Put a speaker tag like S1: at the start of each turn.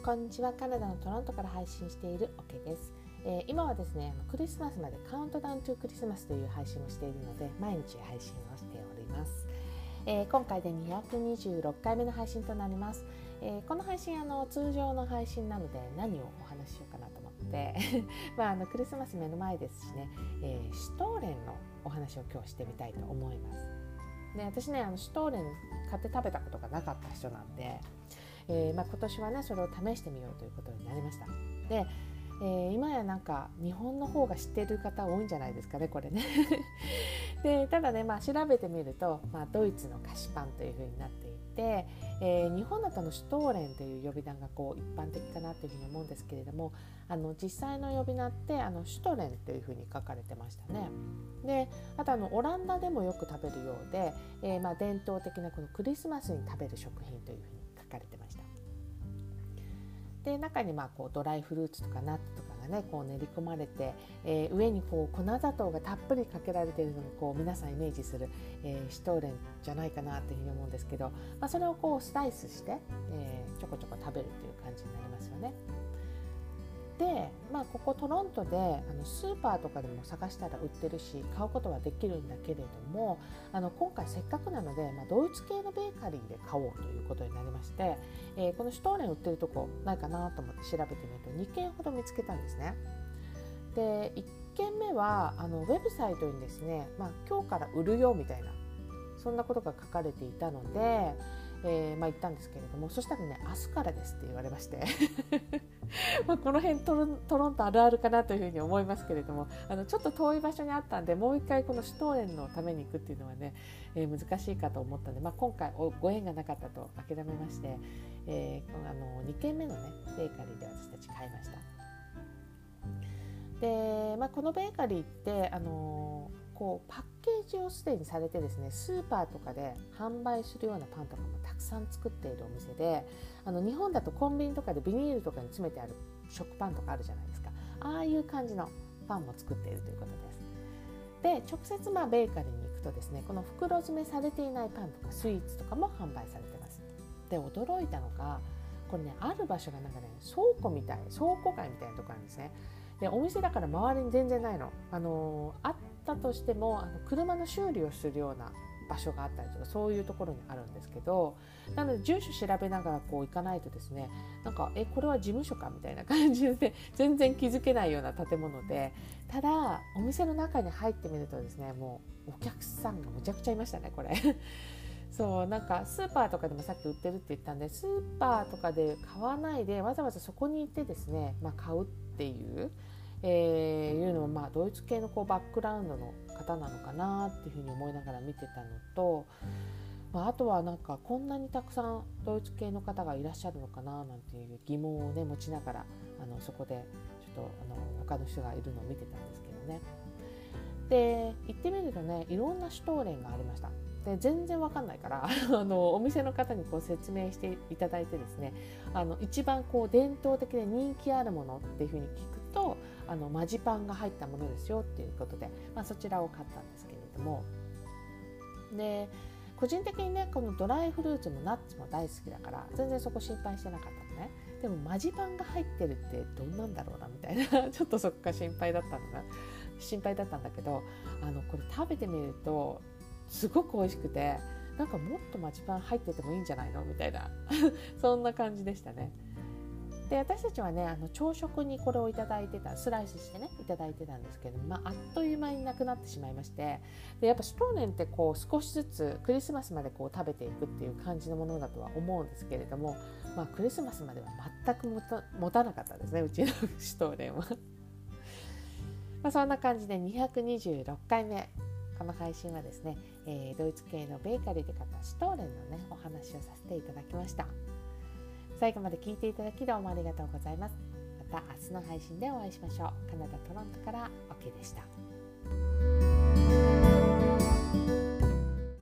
S1: こんにちは。カナダのトロントから配信しているオケです。今はですね、クリスマスまでカウントダウントゥクリスマスという配信をしているので、毎日配信をしております。今回で226回目の配信となります。この配信通常の配信なので何をお話ししようかなと思ってクリスマス目の前ですしね、シュトーレンのお話を今日してみたいと思います。で、私ねシュトーレン買って食べたことがなかった人なんで、今年はねそれを試してみようということになりました。で、今や日本の方が知っている方多いんじゃないですかね、これねで、ただね、調べてみると、ドイツの菓子パンという風になっていて、日本だとシュトーレンという呼び名が一般的かなというふうに思うんですけれども、実際の呼び名ってシュトレンという風に書かれてましたね。で、あとオランダでもよく食べるようで、伝統的なこのクリスマスに食べる食品という風に書かれてました。で、中にドライフルーツとかナッツとかがね練り込まれて、上に粉砂糖がたっぷりかけられているのを皆さんイメージする、シュトーレンじゃないかなというふうに思うんですけど、それをスライスして、ちょこちょこ食べるという感じになりますよね。で、ここトロントでスーパーとかでも探したら売ってるし買うことはできるんだけれども、今回せっかくなので、ドイツ系のベーカリーで買おうということになりまして、このシュトーレン売ってるとこないかなと思って調べてみると2軒ほど見つけたんですね。で、1軒目はウェブサイトにですね、今日から売るよみたいなそんなことが書かれていたので、行ったんですけれども、そしたらね、明日からですって言われましてこの辺トロントあるあるかなというふうに思いますけれども、ちょっと遠い場所にあったんで、もう一回このシュトーレンのために行くっていうのはね、難しいかと思ったので、今回ご縁がなかったと諦めまして、2軒目のねベーカリーで私たち買いました。で、このベーカリーってパッケージをすでにされてですね、スーパーとかで販売するようなパンとかもたくさん作っているお店で、日本だとコンビニとかでビニールとかに詰めてある食パンとかあるじゃないですか。ああいう感じのパンも作っているということです。で、直接ベーカリーに行くとですね、この袋詰めされていないパンとかスイーツとかも販売されてます。で、驚いたのがこれね、ある場所が倉庫街みたいなところなんですね。で、お店だから周りに全然ないの。あったとしても車の修理をするような場所があったりとか、そういうところにあるんですけど、なので住所調べながら行かないとですね、これは事務所かみたいな感じで全然気づけないような建物で、ただお店の中に入ってみるとですね、もうお客さんがむちゃくちゃいましたね、これそう、スーパーとかでもさっき売ってるって言ったんで、スーパーとかで買わないでわざわざそこに行ってですね、買うっていういうのもドイツ系のバックグラウンドの方なのかなっていうふうに思いながら見てたのと、あとはこんなにたくさんドイツ系の方がいらっしゃるのかななんていう疑問をね持ちながらそこでちょっと他の人がいるのを見てたんですけどね。で、行ってみるとね、いろんなシュトーレンがありました。で、全然わかんないからお店の方に説明していただいてですね、一番伝統的で人気あるものっていうふうに聞くとマジパンが入ったものですよっていうことで、そちらを買ったんですけれども、で、個人的にねこのドライフルーツもナッツも大好きだから全然そこ心配してなかったのね。でもマジパンが入ってるってどんなんだろうなみたいなちょっとそこが心配だったんだけど、これ食べてみるとすごく美味しくて、もっとマジパン入っててもいいんじゃないのみたいなそんな感じでしたね。で、私たちはね朝食にこれをいただいてた、スライスしてねいただいてたんですけど、あっという間になくなってしまいまして、で、やっぱシュトーレンって少しずつクリスマスまで食べていくっていう感じのものだとは思うんですけれども、クリスマスまでは全く持たなかったですね、うちのシュトーレンはそんな感じで226回目この配信はですね、ドイツ系のベーカリーで買ったシュトーレンのねお話をさせていただきました。最後まで聞いていただきどうもありがとうございます。また明日の配信でお会いしましょう。カナダ・トロントからオケでした。